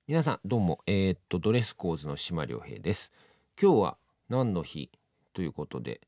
皆さんどうも、ドレスコーズの島良平です。今日は何の日ということで、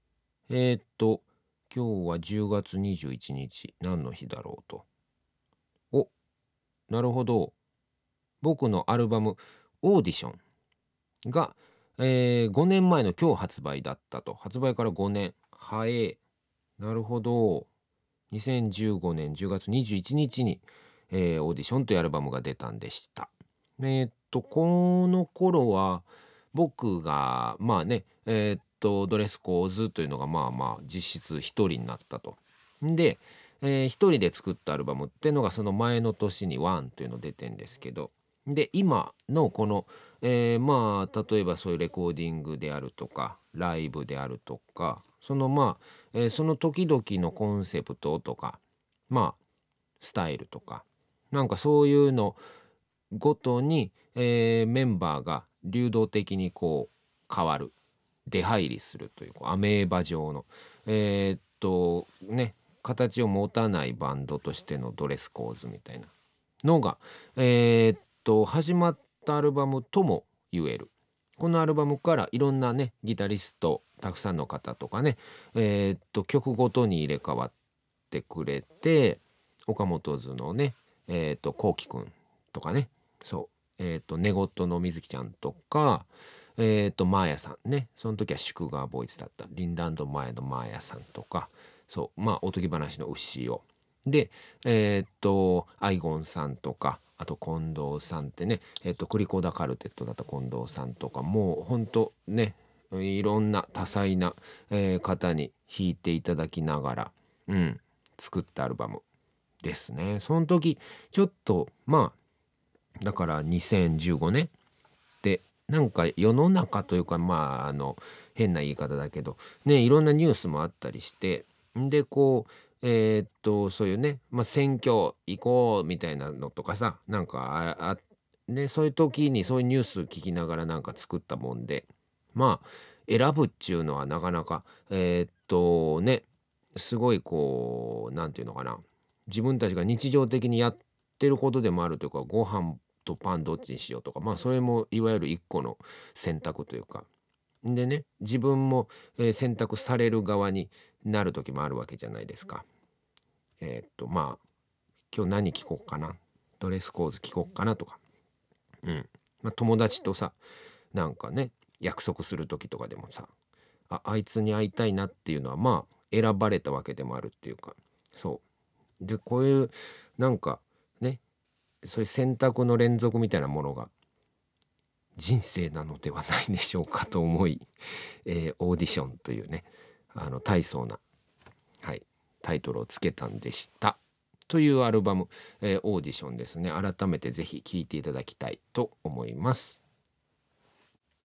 今日は10月21日、何の日だろうと。お、なるほど。僕のアルバムオーディションが、5年前の今日発売だったと。発売から5年。早え。なるほど。2015年10月21日に、オーディションというアルバムが出たんでした。この頃は僕がまあね、ドレスコーズというのがまあまあ実質一人になったと。で、一人で作ったアルバムっていうのがその前の年にワンというの出てんですけど、で今のこの、まあ例えばそういうレコーディングであるとかライブであるとかそのまあその時々のコンセプトとか、まあ、スタイルとか、なんかそういうのごとに、メンバーが流動的にこう変わる、出入りするという、こうアメーバ状の、ね、形を持たないバンドとしてのドレスコーズみたいなのが、始まったアルバムとも言える。このアルバムからいろんなね、ギタリスト、たくさんの方とかね、曲ごとに入れ替わってくれて、岡本図のね、こうきくんとかね、そう、寝言のみずきちゃんとか、マーヤさんね、その時は祝賀ボーイズだった、リンダ前のマーヤさんとか、そう、まあ、おとぎ話の牛を。で、アイゴンさんとか、あと近藤さんってね、クリコーダカルテットだった近藤さんとか、もうほんとね、いろんな多彩な、方に弾いていただきながら、うん、作ったアルバムですね。その時、ちょっと、まあ、だから2015年で、なんか世の中というか、まあ、変な言い方だけど、ね、いろんなニュースもあったりして、んで、こう、そういうね、まあ、選挙行こうみたいなのとかさ、なんか、ね、そういう時にそういうニュース聞きながらなんか作ったもんで、まあ、選ぶっちゅうのはなかなか、ね、すごいこう、なんていうのかな、自分たちが日常的にやってることでもあるというか、ご飯とパンどっちにしようとか、まあそれもいわゆる一個の選択というか。でね、自分も、選択される側になる時もあるわけじゃないですか。まあ、今日何着こっかな、ドレスコーズ着こっかなとか、うん。まあ友達とさ、なんかね、約束する時とかでもさ、あいつに会いたいなっていうのはまあ選ばれたわけでもあるっていうか、そう。で、こういうなんかね、そういう選択の連続みたいなものが人生なのではないでしょうかと思い、オーディションというね、大層な、はい、タイトルをつけたんでした。というアルバム、オーディションですね。改めてぜひ聴いていただきたいと思います。